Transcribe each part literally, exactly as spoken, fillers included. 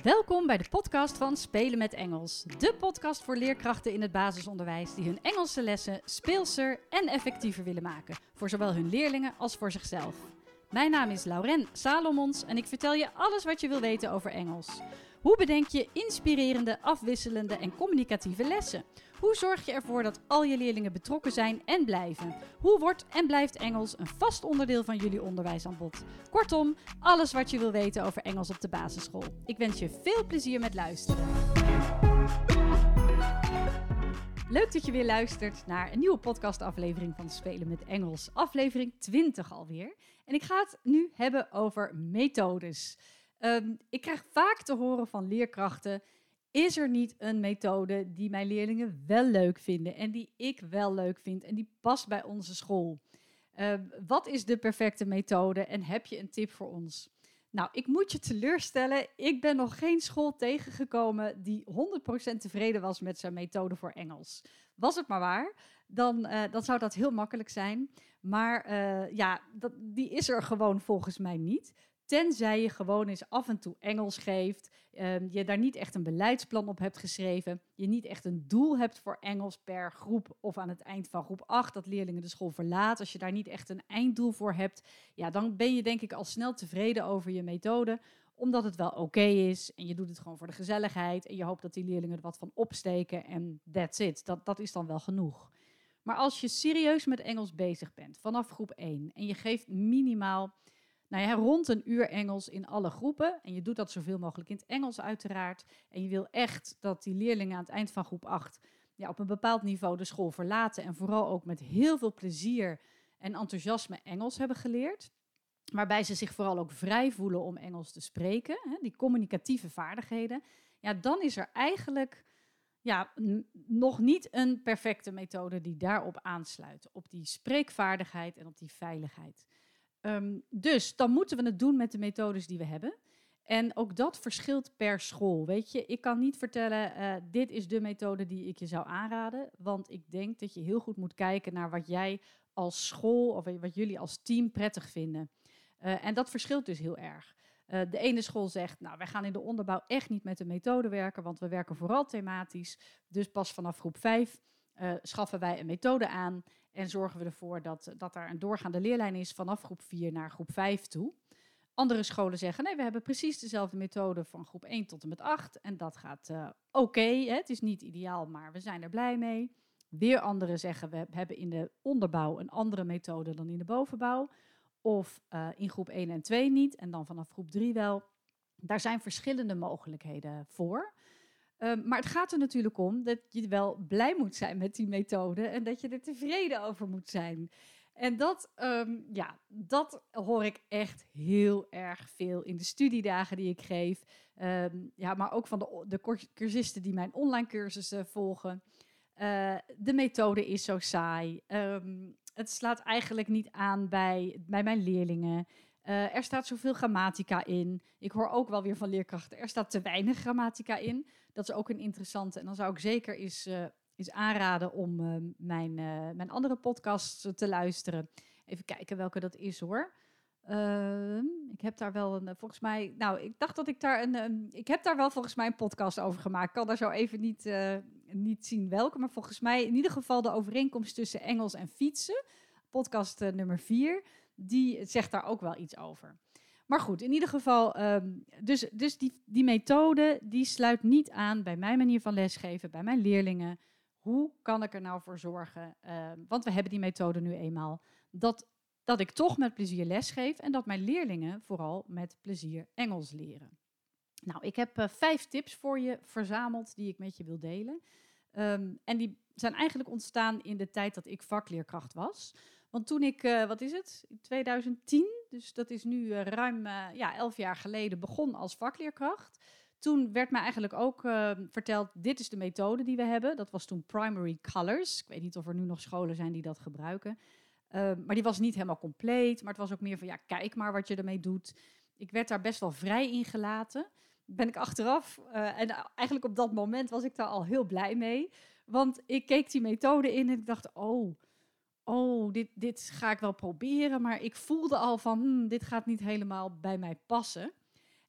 Welkom bij de podcast van Spelen met Engels. De podcast voor leerkrachten in het basisonderwijs die hun Engelse lessen speelser en effectiever willen maken. Voor zowel hun leerlingen als voor zichzelf. Mijn naam is Lauren Salomons en ik vertel je alles wat je wil weten over Engels. Hoe bedenk je inspirerende, afwisselende en communicatieve lessen? Hoe zorg je ervoor dat al je leerlingen betrokken zijn en blijven? Hoe wordt en blijft Engels een vast onderdeel van jullie onderwijsaanbod? Kortom, alles wat je wil weten over Engels op de basisschool. Ik wens je veel plezier met luisteren. Leuk dat je weer luistert naar een nieuwe podcastaflevering van Spelen met Engels. Aflevering twintig alweer. En ik ga het nu hebben over methodes. Um, ik krijg vaak te horen van leerkrachten: is er niet een methode die mijn leerlingen wel leuk vinden en die ik wel leuk vind en die past bij onze school? Uh, wat is de perfecte methode en heb je een tip voor ons? Nou, ik moet je teleurstellen. Ik ben nog geen school tegengekomen die honderd procent tevreden was met zijn methode voor Engels. Was het maar waar, dan, uh, dan zou dat heel makkelijk zijn. Maar uh, ja, dat, die is er gewoon volgens mij niet. Tenzij je gewoon eens af en toe Engels geeft, uh, je daar niet echt een beleidsplan op hebt geschreven, je niet echt een doel hebt voor Engels per groep of aan het eind van groep acht, dat leerlingen de school verlaten. Als je daar niet echt een einddoel voor hebt, ja, dan ben je denk ik al snel tevreden over je methode, omdat het wel oké okay is en je doet het gewoon voor de gezelligheid en je hoopt dat die leerlingen er wat van opsteken en that's it. Dat, dat is dan wel genoeg. Maar als je serieus met Engels bezig bent vanaf groep één en je geeft minimaal Nou ja, rond een uur Engels in alle groepen. En je doet dat zoveel mogelijk in het Engels uiteraard. En je wil echt dat die leerlingen aan het eind van groep acht ja, op een bepaald niveau de school verlaten. En vooral ook met heel veel plezier en enthousiasme Engels hebben geleerd. Waarbij ze zich vooral ook vrij voelen om Engels te spreken. Hè, die communicatieve vaardigheden. Ja, dan is er eigenlijk ja, n- nog niet een perfecte methode die daarop aansluit. Op die spreekvaardigheid en op die veiligheid. Um, dus dan moeten we het doen met de methodes die we hebben. En ook dat verschilt per school. Weet je, ik kan niet vertellen, uh, dit is de methode die ik je zou aanraden. Want ik denk dat je heel goed moet kijken naar wat jij als school of wat jullie als team prettig vinden. Uh, en dat verschilt dus heel erg. Uh, de ene school zegt, nou, wij gaan in de onderbouw echt niet met de methode werken, want we werken vooral thematisch. Dus pas vanaf groep vijf uh, schaffen wij een methode aan. En zorgen we ervoor dat, dat er een doorgaande leerlijn is vanaf groep vier naar groep vijf toe. Andere scholen zeggen, nee, we hebben precies dezelfde methode van groep één tot en met acht. En dat gaat uh, oké. Okay, het is niet ideaal, maar we zijn er blij mee. Weer anderen zeggen, we hebben in de onderbouw een andere methode dan in de bovenbouw. Of uh, in groep één en twee niet. En dan vanaf groep drie wel. Daar zijn verschillende mogelijkheden voor. Um, maar het gaat er natuurlijk om dat je wel blij moet zijn met die methode en dat je er tevreden over moet zijn. En dat, um, ja, dat hoor ik echt heel erg veel in de studiedagen die ik geef. Um, ja, maar ook van de, de cursisten die mijn online cursussen volgen. Uh, de methode is zo saai. Um, het slaat eigenlijk niet aan bij, bij mijn leerlingen. Uh, er staat zoveel grammatica in. Ik hoor ook wel weer van leerkrachten, er staat te weinig grammatica in. Dat is ook een interessante. En dan zou ik zeker eens, uh, eens aanraden om uh, mijn, uh, mijn andere podcasts te luisteren. Even kijken welke dat is hoor. Uh, ik heb daar wel een, volgens mij, nou ik dacht dat ik daar een, um, ik heb daar wel volgens mij een podcast over gemaakt. Ik kan daar zo even niet, uh, niet zien welke, maar volgens mij in ieder geval de overeenkomst tussen Engels en fietsen. Podcast uh, nummer vier. Die zegt daar ook wel iets over. Maar goed, in ieder geval, um, dus, dus die, die methode die sluit niet aan bij mijn manier van lesgeven, bij mijn leerlingen. Hoe kan ik er nou voor zorgen, uh, want we hebben die methode nu eenmaal, dat, dat ik toch met plezier lesgeef en dat mijn leerlingen vooral met plezier Engels leren. Nou, ik heb uh, vijf tips voor je verzameld die ik met je wil delen. Um, en die zijn eigenlijk ontstaan in de tijd dat ik vakleerkracht was. Want toen ik, uh, wat is het, in twintig tien, dus dat is nu uh, ruim uh, ja, elf jaar geleden, begon als vakleerkracht. Toen werd mij eigenlijk ook uh, verteld, dit is de methode die we hebben. Dat was toen Primary Colors. Ik weet niet of er nu nog scholen zijn die dat gebruiken. Uh, maar die was niet helemaal compleet. Maar het was ook meer van, ja, kijk maar wat je ermee doet. Ik werd daar best wel vrij in gelaten. Ben ik achteraf, uh, en eigenlijk op dat moment was ik daar al heel blij mee. Want ik keek die methode in en ik dacht, oh... oh, dit, dit ga ik wel proberen, maar ik voelde al van, hmm, dit gaat niet helemaal bij mij passen.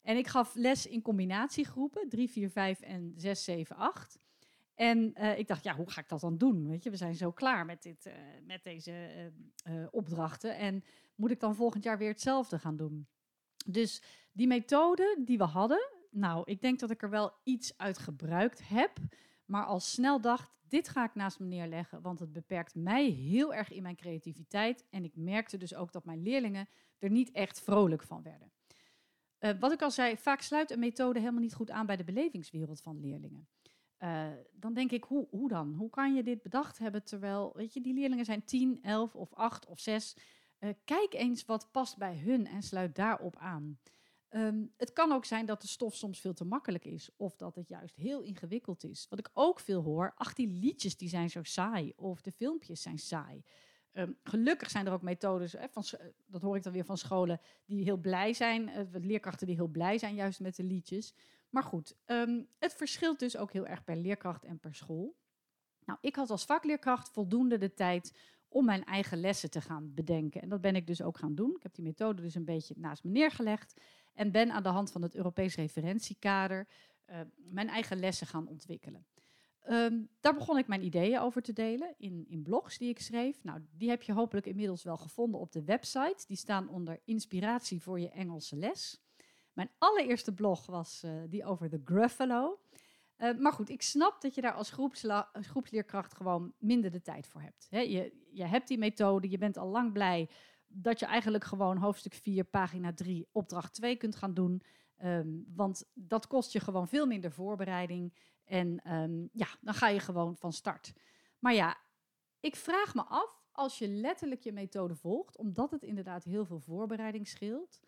En ik gaf les in combinatiegroepen, drie, vier, vijf en zes, zeven, acht. En uh, ik dacht, ja, hoe ga ik dat dan doen? Weet je, we zijn zo klaar met, dit, uh, met deze uh, uh, opdrachten. En moet ik dan volgend jaar weer hetzelfde gaan doen? Dus die methode die we hadden, nou, ik denk dat ik er wel iets uit gebruikt heb. Maar al snel dacht, dit ga ik naast me neerleggen, want het beperkt mij heel erg in mijn creativiteit. En ik merkte dus ook dat mijn leerlingen er niet echt vrolijk van werden. Uh, wat ik al zei, vaak sluit een methode helemaal niet goed aan bij de belevingswereld van leerlingen. Uh, dan denk ik, hoe, hoe dan? Hoe kan je dit bedacht hebben terwijl, weet je, die leerlingen zijn tien, elf of acht of zes. Uh, kijk eens wat past bij hun en sluit daarop aan. Um, het kan ook zijn dat de stof soms veel te makkelijk is of dat het juist heel ingewikkeld is. Wat ik ook veel hoor, ach, die liedjes die zijn zo saai of de filmpjes zijn saai. Um, gelukkig zijn er ook methodes, eh, van, dat hoor ik dan weer van scholen, die heel blij zijn, uh, leerkrachten die heel blij zijn juist met de liedjes. Maar goed, um, het verschilt dus ook heel erg per leerkracht en per school. Nou, ik had als vakleerkracht voldoende de tijd om mijn eigen lessen te gaan bedenken. En dat ben ik dus ook gaan doen. Ik heb die methode dus een beetje naast me neergelegd en ben aan de hand van het Europees referentiekader uh, mijn eigen lessen gaan ontwikkelen. Um, daar begon ik mijn ideeën over te delen in, in blogs die ik schreef. Nou, die heb je hopelijk inmiddels wel gevonden op de website. Die staan onder Inspiratie voor je Engelse les. Mijn allereerste blog was uh, die over de Gruffalo. Uh, maar goed, ik snap dat je daar als groepsla- groepsleerkracht gewoon minder de tijd voor hebt. He, je, je hebt die methode, je bent al lang blij dat je eigenlijk gewoon hoofdstuk vier, pagina drie, opdracht twee kunt gaan doen. Um, want dat kost je gewoon veel minder voorbereiding. En um, ja, dan ga je gewoon van start. Maar ja, ik vraag me af, als je letterlijk je methode volgt, omdat het inderdaad heel veel voorbereiding scheelt,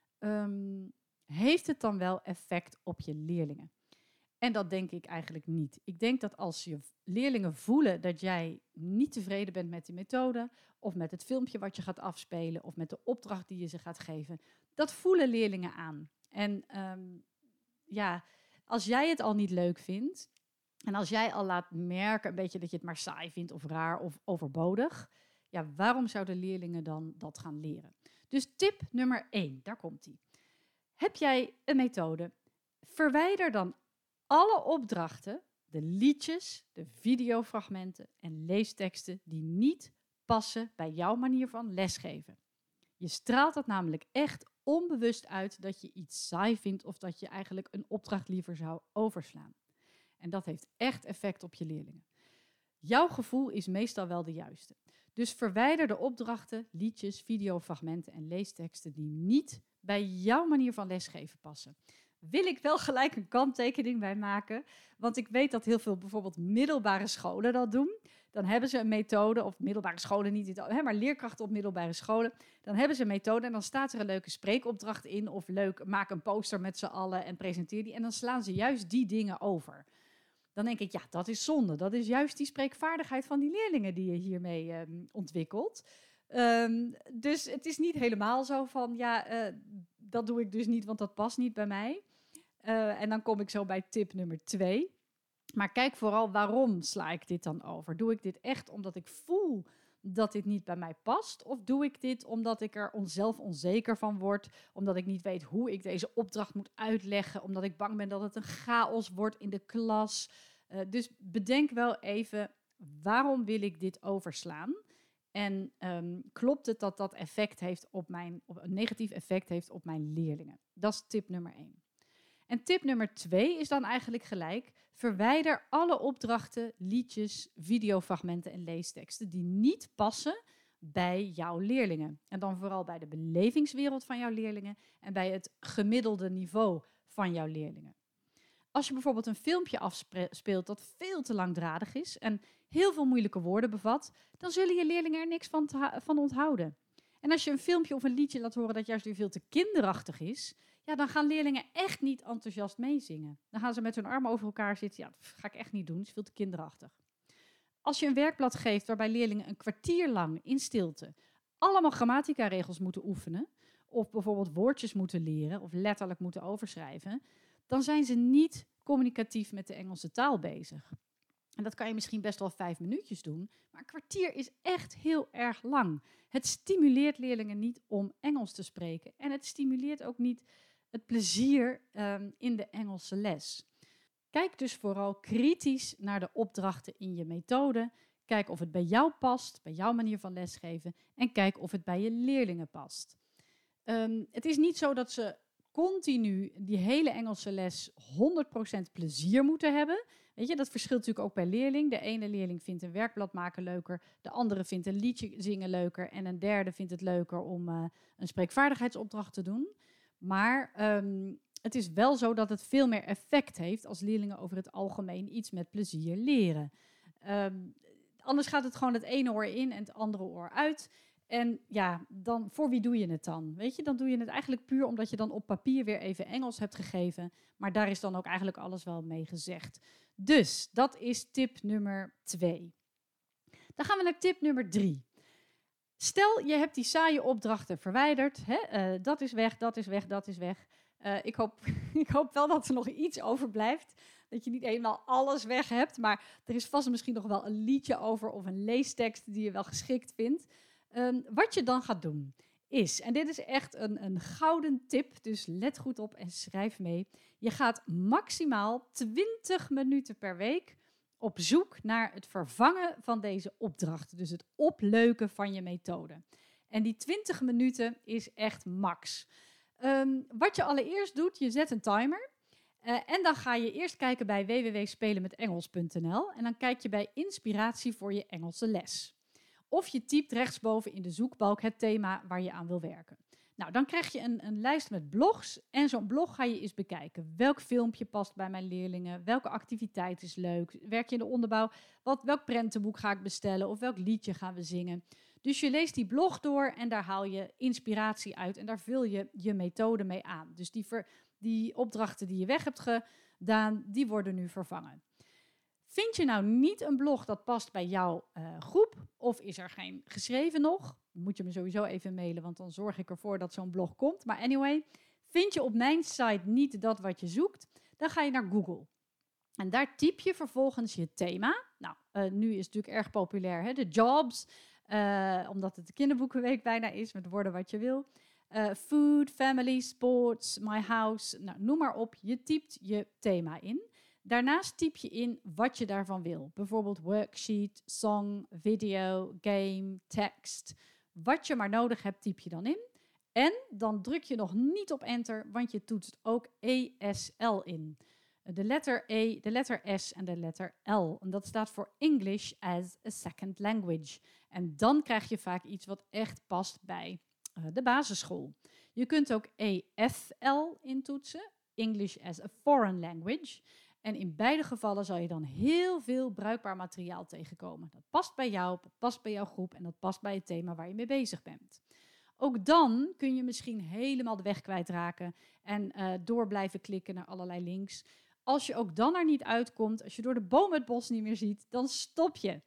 um, heeft het dan wel effect op je leerlingen? En dat denk ik eigenlijk niet. Ik denk dat als je leerlingen voelen dat jij niet tevreden bent met die methode, of met het filmpje wat je gaat afspelen, of met de opdracht die je ze gaat geven, dat voelen leerlingen aan. En um, ja, als jij het al niet leuk vindt, en als jij al laat merken een beetje dat je het maar saai vindt, of raar, of overbodig, ja, waarom zouden leerlingen dan dat gaan leren? Dus tip nummer één, daar komt die. Heb jij een methode? Verwijder dan alle opdrachten, de liedjes, de videofragmenten en leesteksten die niet passen bij jouw manier van lesgeven. Je straalt dat namelijk echt onbewust uit dat je iets saai vindt of dat je eigenlijk een opdracht liever zou overslaan. En dat heeft echt effect op je leerlingen. Jouw gevoel is meestal wel de juiste. Dus verwijder de opdrachten, liedjes, videofragmenten en leesteksten die niet bij jouw manier van lesgeven passen. Wil ik wel gelijk een kanttekening bij maken, want ik weet dat heel veel bijvoorbeeld middelbare scholen dat doen. Dan hebben ze een methode, of middelbare scholen niet, maar leerkrachten op middelbare scholen. Dan hebben ze een methode en dan staat er een leuke spreekopdracht in, of leuk, maak een poster met z'n allen en presenteer die. En dan slaan ze juist die dingen over. Dan denk ik, ja, dat is zonde. Dat is juist die spreekvaardigheid van die leerlingen die je hiermee um, ontwikkelt. Um, dus het is niet helemaal zo van, ja, uh, dat doe ik dus niet, want dat past niet bij mij. Uh, en dan kom ik zo bij tip nummer twee. Maar kijk vooral, waarom sla ik dit dan over? Doe ik dit echt omdat ik voel dat dit niet bij mij past? Of doe ik dit omdat ik er zelf onzeker van word? Omdat ik niet weet hoe ik deze opdracht moet uitleggen? Omdat ik bang ben dat het een chaos wordt in de klas? Uh, dus bedenk wel even, waarom wil ik dit overslaan? En um, klopt het dat dat effect heeft op mijn, op een negatief effect heeft op mijn leerlingen? Dat is tip nummer één. En tip nummer twee is dan eigenlijk gelijk: verwijder alle opdrachten, liedjes, videofragmenten en leesteksten die niet passen bij jouw leerlingen. En dan vooral bij de belevingswereld van jouw leerlingen en bij het gemiddelde niveau van jouw leerlingen. Als je bijvoorbeeld een filmpje afspeelt dat veel te langdradig is en heel veel moeilijke woorden bevat, dan zullen je leerlingen er niks van, te, van onthouden. En als je een filmpje of een liedje laat horen dat juist weer veel te kinderachtig is, ja, dan gaan leerlingen echt niet enthousiast meezingen. Dan gaan ze met hun armen over elkaar zitten. Ja, dat ga ik echt niet doen, het is veel te kinderachtig. Als je een werkblad geeft waarbij leerlingen een kwartier lang in stilte allemaal grammatica-regels moeten oefenen, of bijvoorbeeld woordjes moeten leren of letterlijk moeten overschrijven, dan zijn ze niet communicatief met de Engelse taal bezig. En dat kan je misschien best wel vijf minuutjes doen, maar een kwartier is echt heel erg lang. Het stimuleert leerlingen niet om Engels te spreken. En het stimuleert ook niet het plezier um, in de Engelse les. Kijk dus vooral kritisch naar de opdrachten in je methode. Kijk of het bij jou past, bij jouw manier van lesgeven. En kijk of het bij je leerlingen past. Um, het is niet zo dat ze continu die hele Engelse les honderd procent plezier moeten hebben. Weet je, dat verschilt natuurlijk ook per leerling. De ene leerling vindt een werkblad maken leuker. De andere vindt een liedje zingen leuker. En een derde vindt het leuker om uh, een spreekvaardigheidsopdracht te doen. Maar um, het is wel zo dat het veel meer effect heeft als leerlingen over het algemeen iets met plezier leren. Um, anders gaat het gewoon het ene oor in en het andere oor uit. En ja, dan, voor wie doe je het dan? Weet je, dan doe je het eigenlijk puur omdat je dan op papier weer even Engels hebt gegeven. Maar daar is dan ook eigenlijk alles wel mee gezegd. Dus dat is tip nummer twee. Dan gaan we naar tip nummer drie. Stel, je hebt die saaie opdrachten verwijderd. Hè? Uh, dat is weg, dat is weg, dat is weg. Uh, ik, hoop, ik hoop wel dat er nog iets overblijft. Dat je niet helemaal alles weg hebt. Maar er is vast misschien nog wel een liedje over of een leestekst die je wel geschikt vindt. Um, wat je dan gaat doen is, en dit is echt een, een gouden tip, dus let goed op en schrijf mee. Je gaat maximaal twintig minuten per week op zoek naar het vervangen van deze opdrachten. Dus het opleuken van je methode. En die twintig minuten is echt max. Um, wat je allereerst doet, je zet een timer. Uh, en dan ga je eerst kijken bij w w w punt spelen met engels punt n l. En dan kijk je bij inspiratie voor je Engelse les. Of je typt rechtsboven in de zoekbalk het thema waar je aan wil werken. Nou, dan krijg je een, een lijst met blogs. En zo'n blog ga je eens bekijken. Welk filmpje past bij mijn leerlingen? Welke activiteit is leuk? Werk je in de onderbouw? Wat, welk prentenboek ga ik bestellen? Of welk liedje gaan we zingen? Dus je leest die blog door en daar haal je inspiratie uit. En daar vul je je methode mee aan. Dus die, ver, die opdrachten die je weg hebt gedaan, die worden nu vervangen. Vind je nou niet een blog dat past bij jouw uh, groep? Of is er geen geschreven nog? Dan moet je me sowieso even mailen, want dan zorg ik ervoor dat zo'n blog komt. Maar anyway, vind je op mijn site niet dat wat je zoekt? Dan ga je naar Google. En daar typ je vervolgens je thema. Nou, uh, nu is het natuurlijk erg populair, hè? De jobs. Uh, omdat het de kinderboekenweek bijna is, met woorden wat je wil. Uh, food, family, sports, my house. Nou, noem maar op. Je typt je thema in. Daarnaast typ je in wat je daarvan wil. Bijvoorbeeld worksheet, song, video, game, tekst. Wat je maar nodig hebt, typ je dan in. En dan druk je nog niet op enter, want je toetst ook E S L in. De letter E, de letter S en de letter L. En dat staat voor English as a Second Language. En dan krijg je vaak iets wat echt past bij uh, de basisschool. Je kunt ook E F L intoetsen, English as a Foreign Language. En in beide gevallen zal je dan heel veel bruikbaar materiaal tegenkomen. Dat past bij jou, dat past bij jouw groep en dat past bij het thema waar je mee bezig bent. Ook dan kun je misschien helemaal de weg kwijtraken en uh, door blijven klikken naar allerlei links. Als je ook dan er niet uitkomt, als je door de boom het bos niet meer ziet, dan stop je.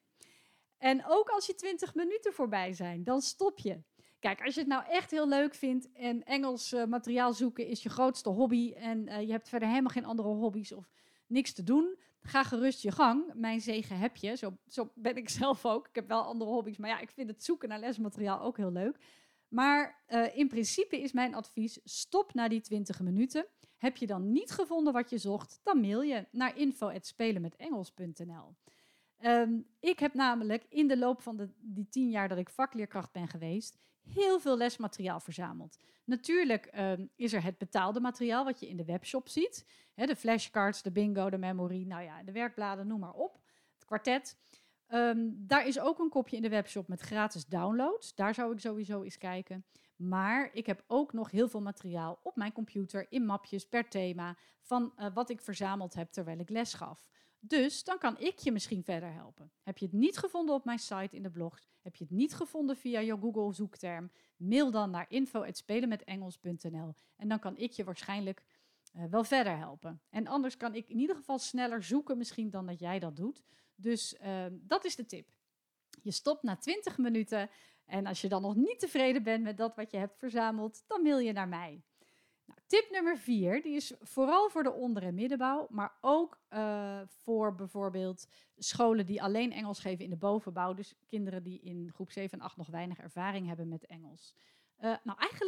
En ook als je twintig minuten voorbij zijn, dan stop je. Kijk, als je het nou echt heel leuk vindt en Engels uh, materiaal zoeken is je grootste hobby en uh, je hebt verder helemaal geen andere hobby's of niks te doen, ga gerust je gang. Mijn zegen heb je, zo, zo ben ik zelf ook. Ik heb wel andere hobby's, maar ja, ik vind het zoeken naar lesmateriaal ook heel leuk. Maar uh, in principe is mijn advies, stop na die twintig minuten. Heb je dan niet gevonden wat je zocht, dan mail je naar info at spelen met engels punt n l. Um, ik heb namelijk in de loop van de, die tien jaar dat ik vakleerkracht ben geweest, heel veel lesmateriaal verzameld. Natuurlijk um, is er het betaalde materiaal wat je in de webshop ziet. He, de flashcards, de bingo, de memory, nou ja, de werkbladen, noem maar op. Het kwartet. Um, daar is ook een kopje in de webshop met gratis downloads. Daar zou ik sowieso eens kijken. Maar ik heb ook nog heel veel materiaal op mijn computer in mapjes per thema van uh, wat ik verzameld heb terwijl ik les gaf. Dus dan kan ik je misschien verder helpen. Heb je het niet gevonden op mijn site in de blog? Heb je het niet gevonden via je Google zoekterm? Mail dan naar info at spelen met engels punt n l en dan kan ik je waarschijnlijk uh, wel verder helpen. En anders kan ik in ieder geval sneller zoeken misschien dan dat jij dat doet. Dus uh, dat is de tip. Je stopt na twintig minuten en als je dan nog niet tevreden bent met dat wat je hebt verzameld, dan mail je naar mij. Nou, tip nummer vier, die is vooral voor de onder- en middenbouw, maar ook uh, voor bijvoorbeeld scholen die alleen Engels geven in de bovenbouw. Dus kinderen die in groep zeven en acht nog weinig ervaring hebben met Engels. Uh, nou, eigenlijk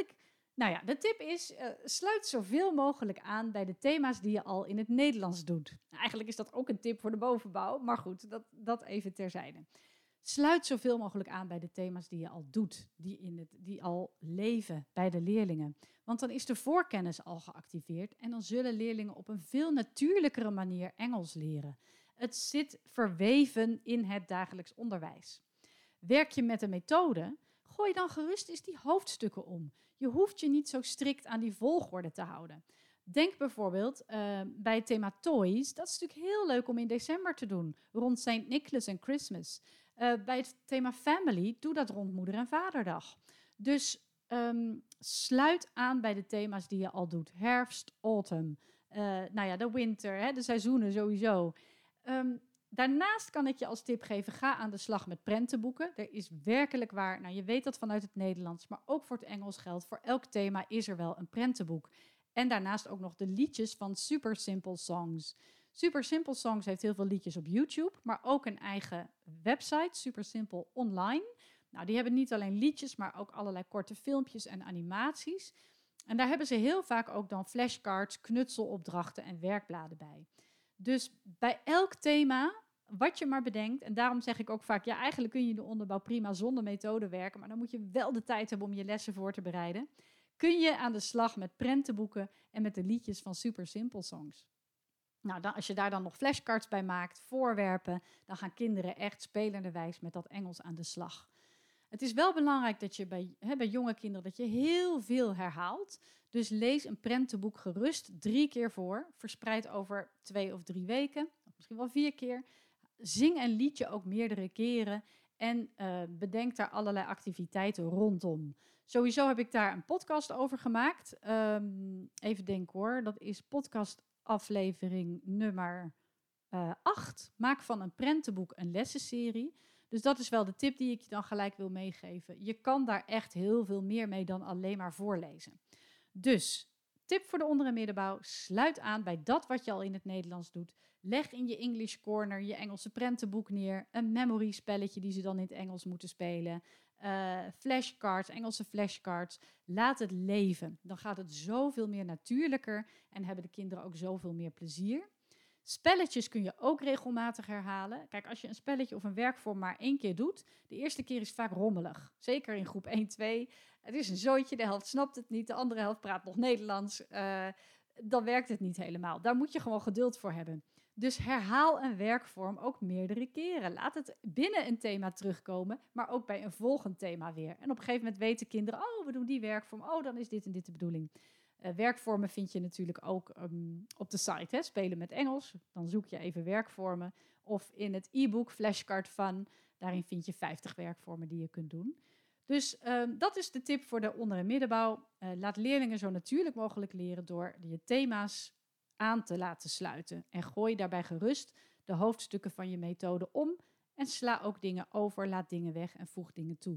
Nou ja, de tip is, uh, sluit zoveel mogelijk aan bij de thema's die je al in het Nederlands doet. Nou, eigenlijk is dat ook een tip voor de bovenbouw, maar goed, dat, dat even terzijde. Sluit zoveel mogelijk aan bij de thema's die je al doet, die, in het, die al leven bij de leerlingen. Want dan is de voorkennis al geactiveerd en dan zullen leerlingen op een veel natuurlijkere manier Engels leren. Het zit verweven in het dagelijks onderwijs. Werk je met een methode, gooi dan gerust eens die hoofdstukken om. Je hoeft je niet zo strikt aan die volgorde te houden. Denk bijvoorbeeld uh, bij het thema toys. Dat is natuurlijk heel leuk om in december te doen, rond Saint Nicholas en Christmas. Uh, bij het thema family, doe dat rond Moeder- en Vaderdag. Dus um, sluit aan bij de thema's die je al doet. Herfst, autumn, uh, nou ja, de winter, hè, de seizoenen sowieso. Um, Daarnaast kan ik je als tip geven, ga aan de slag met prentenboeken. Er is werkelijk waar, nou je weet dat vanuit het Nederlands, maar ook voor het Engels geldt. Voor elk thema is er wel een prentenboek. En daarnaast ook nog de liedjes van Super Simple Songs. Super Simple Songs heeft heel veel liedjes op YouTube, maar ook een eigen website, Super Simple Online. Nou, die hebben niet alleen liedjes, maar ook allerlei korte filmpjes en animaties. En daar hebben ze heel vaak ook dan flashcards, knutselopdrachten en werkbladen bij. Dus bij elk thema, wat je maar bedenkt, en daarom zeg ik ook vaak, ja, eigenlijk kun je de onderbouw prima zonder methode werken, maar dan moet je wel de tijd hebben om je lessen voor te bereiden, kun je aan de slag met prentenboeken en met de liedjes van Super Simple Songs. Nou, dan, als je daar dan nog flashcards bij maakt, voorwerpen, dan gaan kinderen echt spelenderwijs met dat Engels aan de slag. Het is wel belangrijk dat je bij, hè, bij jonge kinderen dat je heel veel herhaalt. Dus lees een prentenboek gerust drie keer voor, verspreid over twee of drie weken, of misschien wel vier keer. Zing een liedje ook meerdere keren en uh, bedenk daar allerlei activiteiten rondom. Sowieso heb ik daar een podcast over gemaakt. Um, even denken hoor, dat is podcastaflevering nummer uh, acht. Maak van een prentenboek een lessenserie. Dus dat is wel de tip die ik je dan gelijk wil meegeven. Je kan daar echt heel veel meer mee dan alleen maar voorlezen. Dus, tip voor de onder- en middenbouw. Sluit aan bij dat wat je al in het Nederlands doet. Leg in je English Corner je Engelse prentenboek neer. Een memory spelletje die ze dan in het Engels moeten spelen. Uh, flashcards, Engelse flashcards. Laat het leven. Dan gaat het zoveel meer natuurlijker en hebben de kinderen ook zoveel meer plezier. Spelletjes kun je ook regelmatig herhalen. Kijk, als je een spelletje of een werkvorm maar één keer doet, de eerste keer is het vaak rommelig. Zeker in groep één, twee. Het is een zooitje, de helft snapt het niet, de andere helft praat nog Nederlands. Uh, dan werkt het niet helemaal. Daar moet je gewoon geduld voor hebben. Dus herhaal een werkvorm ook meerdere keren. Laat het binnen een thema terugkomen, maar ook bij een volgend thema weer. En op een gegeven moment weten kinderen, oh, we doen die werkvorm, oh, dan is dit en dit de bedoeling. Uh, werkvormen vind je natuurlijk ook um, op de site, hè? Spelen met Engels. Dan zoek je even werkvormen. Of in het e-book Flashcard Fun. Daarin vind je vijftig werkvormen die je kunt doen. Dus um, dat is de tip voor de onder- en middenbouw. Uh, laat leerlingen zo natuurlijk mogelijk leren door je thema's aan te laten sluiten. En gooi daarbij gerust de hoofdstukken van je methode om. En sla ook dingen over, laat dingen weg en voeg dingen toe.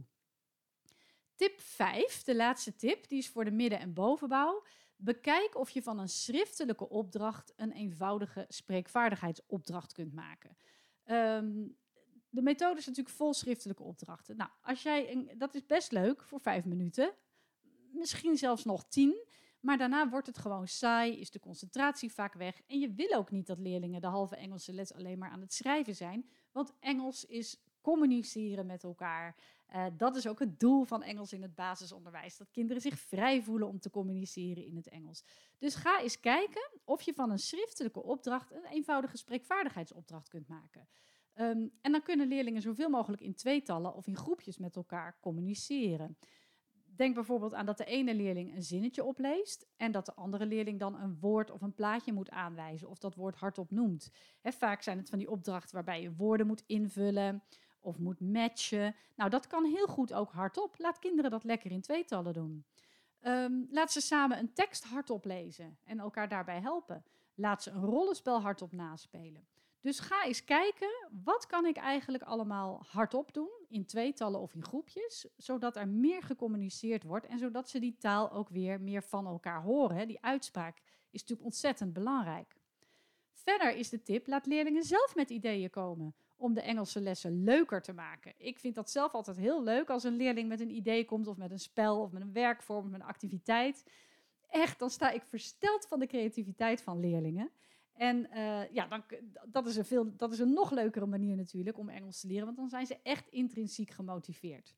Tip vijf, de laatste tip, die is voor de midden- en bovenbouw. Bekijk of je van een schriftelijke opdracht een eenvoudige spreekvaardigheidsopdracht kunt maken. Um, de methode is natuurlijk vol schriftelijke opdrachten. Nou, als jij een, dat is best leuk voor vijf minuten, misschien zelfs nog tien. Maar daarna wordt het gewoon saai, is de concentratie vaak weg. En je wil ook niet dat leerlingen de halve Engelse les alleen maar aan het schrijven zijn. Want Engels is communiceren met elkaar. Uh, dat is ook het doel van Engels in het basisonderwijs. Dat kinderen zich vrij voelen om te communiceren in het Engels. Dus ga eens kijken of je van een schriftelijke opdracht een eenvoudige spreekvaardigheidsopdracht kunt maken. Um, en dan kunnen leerlingen zoveel mogelijk in tweetallen of in groepjes met elkaar communiceren. Denk bijvoorbeeld aan dat de ene leerling een zinnetje opleest en dat de andere leerling dan een woord of een plaatje moet aanwijzen of dat woord hardop noemt. He, vaak zijn het van die opdrachten waarbij je woorden moet invullen of moet matchen. Nou, dat kan heel goed ook hardop. Laat kinderen dat lekker in tweetallen doen. Um, laat ze samen een tekst hardop lezen en elkaar daarbij helpen. Laat ze een rollenspel hardop naspelen. Dus ga eens kijken, wat kan ik eigenlijk allemaal hardop doen, in tweetallen of in groepjes, zodat er meer gecommuniceerd wordt en zodat ze die taal ook weer meer van elkaar horen. Die uitspraak is natuurlijk ontzettend belangrijk. Verder is de tip, laat leerlingen zelf met ideeën komen om de Engelse lessen leuker te maken. Ik vind dat zelf altijd heel leuk als een leerling met een idee komt of met een spel of met een werkvorm of met een activiteit. Echt, dan sta ik versteld van de creativiteit van leerlingen. En uh, ja, dan, dat, is een veel, dat is een nog leukere manier natuurlijk om Engels te leren, want dan zijn ze echt intrinsiek gemotiveerd.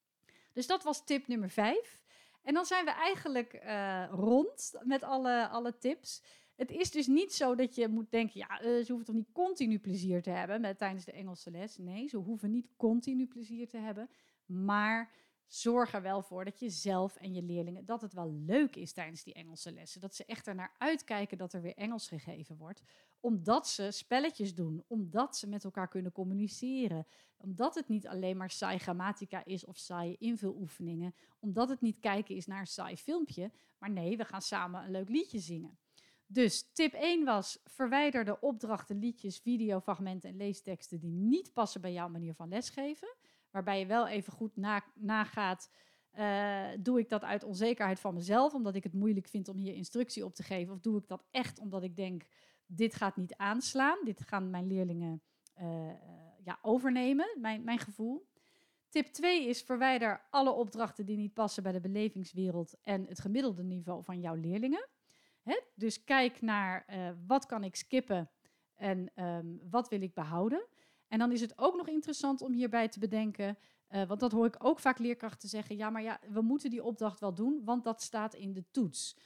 Dus dat was tip nummer vijf. En dan zijn we eigenlijk uh, rond met alle, alle tips. Het is dus niet zo dat je moet denken, ja, uh, ze hoeven toch niet continu plezier te hebben met, tijdens de Engelse les. Nee, ze hoeven niet continu plezier te hebben, maar zorg er wel voor dat je zelf en je leerlingen, dat het wel leuk is tijdens die Engelse lessen. Dat ze echt ernaar uitkijken dat er weer Engels gegeven wordt. Omdat ze spelletjes doen, omdat ze met elkaar kunnen communiceren. Omdat het niet alleen maar saai grammatica is of saaie invuloefeningen. Omdat het niet kijken is naar een saai filmpje. Maar nee, we gaan samen een leuk liedje zingen. Dus tip één was, verwijder de opdrachten, liedjes, videofragmenten en leesteksten die niet passen bij jouw manier van lesgeven. Waarbij je wel even goed na, nagaat, uh, doe ik dat uit onzekerheid van mezelf, omdat ik het moeilijk vind om hier instructie op te geven? Of doe ik dat echt omdat ik denk, dit gaat niet aanslaan, dit gaan mijn leerlingen uh, ja, overnemen, mijn, mijn gevoel. Tip twee is, verwijder alle opdrachten die niet passen bij de belevingswereld en het gemiddelde niveau van jouw leerlingen. Hè? Dus kijk naar uh, wat kan ik skippen en um, wat wil ik behouden. En dan is het ook nog interessant om hierbij te bedenken, uh, want dat hoor ik ook vaak leerkrachten zeggen, ja, maar ja, we moeten die opdracht wel doen, want dat staat in de toets.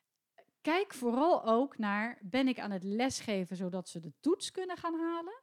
Kijk vooral ook naar, ben ik aan het lesgeven zodat ze de toets kunnen gaan halen?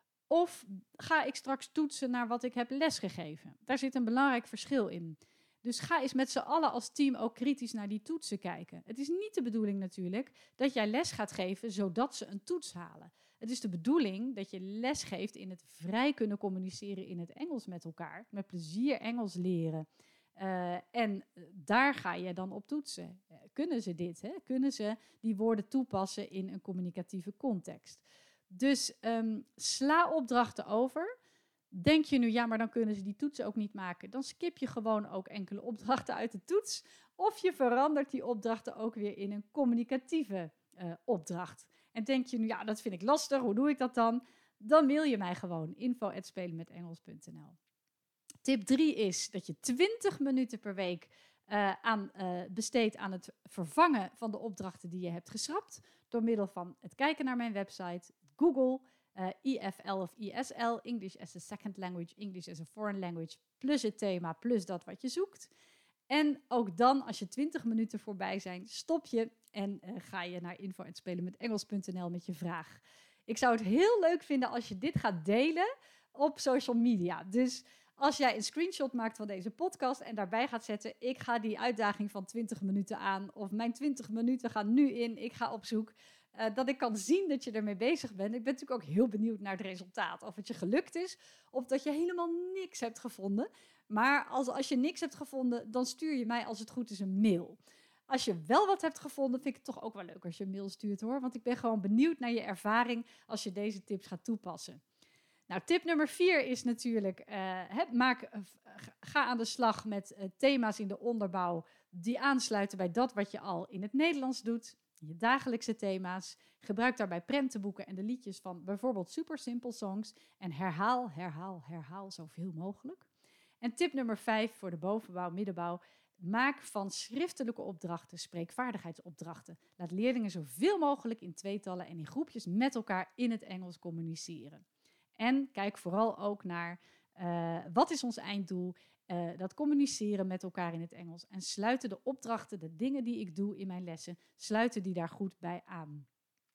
Of ga ik straks toetsen naar wat ik heb lesgegeven? Daar zit een belangrijk verschil in. Dus ga eens met z'n allen als team ook kritisch naar die toetsen kijken. Het is niet de bedoeling natuurlijk dat jij les gaat geven zodat ze een toets halen. Het is de bedoeling dat je les geeft in het vrij kunnen communiceren in het Engels met elkaar. Met plezier Engels leren. Uh, en daar ga je dan op toetsen. Uh, kunnen ze dit? Hè? Kunnen ze die woorden toepassen in een communicatieve context? Dus um, sla opdrachten over. Denk je nu, ja, maar dan kunnen ze die toetsen ook niet maken. Dan skip je gewoon ook enkele opdrachten uit de toets. Of je verandert die opdrachten ook weer in een communicatieve uh, opdracht. En denk je nu, ja, dat vind ik lastig, hoe doe ik dat dan? Dan mail je mij gewoon info at spelenmetengels punt n l. Tip drie is dat je twintig minuten per week uh, aan, uh, besteedt aan het vervangen van de opdrachten die je hebt geschrapt. Door middel van het kijken naar mijn website, Google, uh, I F L of I S L, English as a Second Language, English as a Foreign Language, plus het thema, plus dat wat je zoekt. En ook dan, als je twintig minuten voorbij zijn, stop je en uh, ga je naar info at spelenmetengels punt n l met je vraag. Ik zou het heel leuk vinden als je dit gaat delen op social media. Dus als jij een screenshot maakt van deze podcast en daarbij gaat zetten, ik ga die uitdaging van twintig minuten aan, of mijn twintig minuten gaan nu in, ik ga op zoek, uh, dat ik kan zien dat je ermee bezig bent. Ik ben natuurlijk ook heel benieuwd naar het resultaat. Of het je gelukt is, of dat je helemaal niks hebt gevonden. Maar als, als je niks hebt gevonden, dan stuur je mij als het goed is een mail. Als je wel wat hebt gevonden, vind ik het toch ook wel leuk als je een mail stuurt, hoor. Want ik ben gewoon benieuwd naar je ervaring als je deze tips gaat toepassen. Nou, tip nummer vier is natuurlijk, uh, he, maak, uh, ga aan de slag met uh, thema's in de onderbouw die aansluiten bij dat wat je al in het Nederlands doet. Je dagelijkse thema's. Gebruik daarbij prentenboeken en de liedjes van bijvoorbeeld Super Simple Songs. En herhaal, herhaal, herhaal zoveel mogelijk. En tip nummer vijf voor de bovenbouw, middenbouw. Maak van schriftelijke opdrachten spreekvaardigheidsopdrachten. Laat leerlingen zoveel mogelijk in tweetallen en in groepjes met elkaar in het Engels communiceren. En kijk vooral ook naar uh, wat is ons einddoel, uh, dat communiceren met elkaar in het Engels. En sluiten de opdrachten, de dingen die ik doe in mijn lessen, sluiten die daar goed bij aan.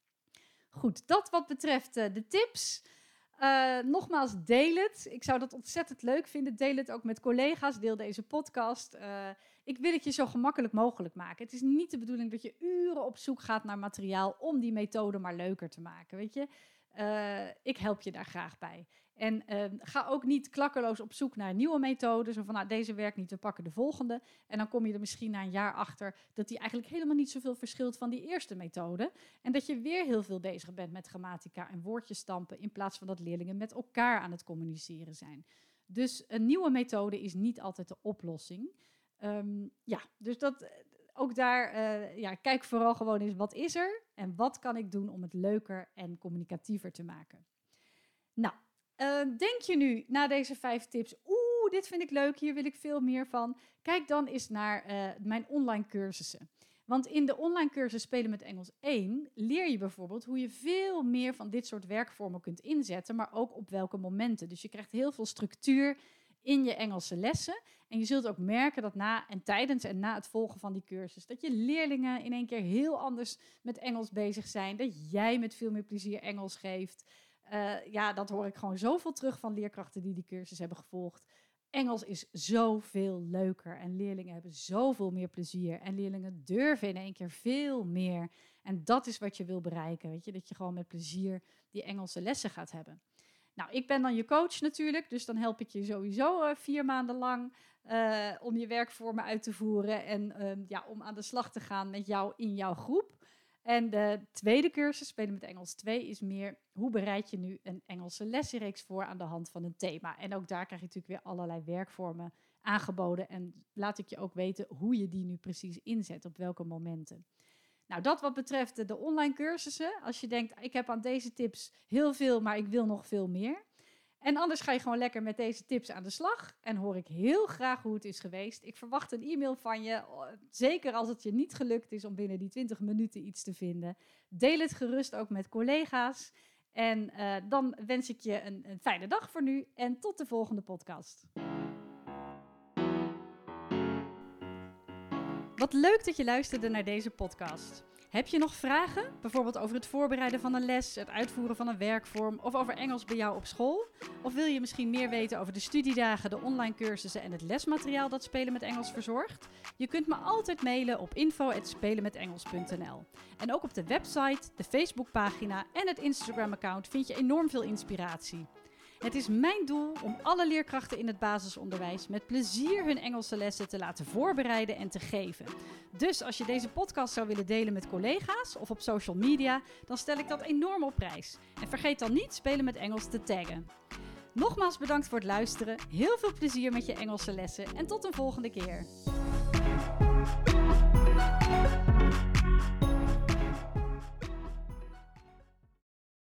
Goed, dat wat betreft uh, de tips. Uh, nogmaals, deel het. Ik zou dat ontzettend leuk vinden. Deel het ook met collega's. Deel deze podcast. Uh, ik wil het je zo gemakkelijk mogelijk maken. Het is niet de bedoeling dat je uren op zoek gaat naar materiaal om die methode maar leuker te maken, weet je. Uh, ik help je daar graag bij. En uh, ga ook niet klakkeloos op zoek naar een nieuwe methode. Zo van, nou, deze werkt niet, we pakken de volgende. En dan kom je er misschien na een jaar achter dat die eigenlijk helemaal niet zoveel verschilt van die eerste methode. En dat je weer heel veel bezig bent met grammatica en woordjes stampen, in plaats van dat leerlingen met elkaar aan het communiceren zijn. Dus een nieuwe methode is niet altijd de oplossing. Um, ja, dus dat... Ook daar, uh, ja, kijk vooral gewoon eens wat is er en wat kan ik doen om het leuker en communicatiever te maken. Nou, Uh, denk je nu na deze vijf tips, oeh, dit vind ik leuk, hier wil ik veel meer van. Kijk dan eens naar uh, mijn online cursussen. Want in de online cursus Spelen met Engels één leer je bijvoorbeeld hoe je veel meer van dit soort werkvormen kunt inzetten, maar ook op welke momenten. Dus je krijgt heel veel structuur in je Engelse lessen. En je zult ook merken dat na en tijdens en na het volgen van die cursus, dat je leerlingen in één keer heel anders met Engels bezig zijn. Dat jij met veel meer plezier Engels geeft. Uh, ja, dat hoor ik gewoon zoveel terug van leerkrachten die die cursus hebben gevolgd. Engels is zoveel leuker en leerlingen hebben zoveel meer plezier. En leerlingen durven in één keer veel meer. En dat is wat je wil bereiken, weet je? Dat je gewoon met plezier die Engelse lessen gaat hebben. Nou, ik ben dan je coach natuurlijk, dus dan help ik je sowieso uh, vier maanden lang uh, om je werkvormen uit te voeren en uh, ja, om aan de slag te gaan met jou in jouw groep. En de tweede cursus, Spelen met Engels twee, is meer hoe bereid je nu een Engelse lessenreeks voor aan de hand van een thema. En ook daar krijg je natuurlijk weer allerlei werkvormen aangeboden en laat ik je ook weten hoe je die nu precies inzet, op welke momenten. Nou, dat wat betreft de online cursussen. Als je denkt, ik heb aan deze tips heel veel, maar ik wil nog veel meer. En anders ga je gewoon lekker met deze tips aan de slag. En hoor ik heel graag hoe het is geweest. Ik verwacht een e-mail van je. Zeker als het je niet gelukt is om binnen die twintig minuten iets te vinden. Deel het gerust ook met collega's. En uh, dan wens ik je een, een fijne dag voor nu. En tot de volgende podcast. Wat leuk dat je luisterde naar deze podcast. Heb je nog vragen? Bijvoorbeeld over het voorbereiden van een les, het uitvoeren van een werkvorm of over Engels bij jou op school? Of wil je misschien meer weten over de studiedagen, de online cursussen en het lesmateriaal dat Spelen met Engels verzorgt? Je kunt me altijd mailen op info at spelenmetengels punt n l. En ook op de website, de Facebookpagina en het Instagram-account vind je enorm veel inspiratie. Het is mijn doel om alle leerkrachten in het basisonderwijs met plezier hun Engelse lessen te laten voorbereiden en te geven. Dus als je deze podcast zou willen delen met collega's of op social media, dan stel ik dat enorm op prijs. En vergeet dan niet Spelen met Engels te taggen. Nogmaals bedankt voor het luisteren, heel veel plezier met je Engelse lessen en tot een volgende keer.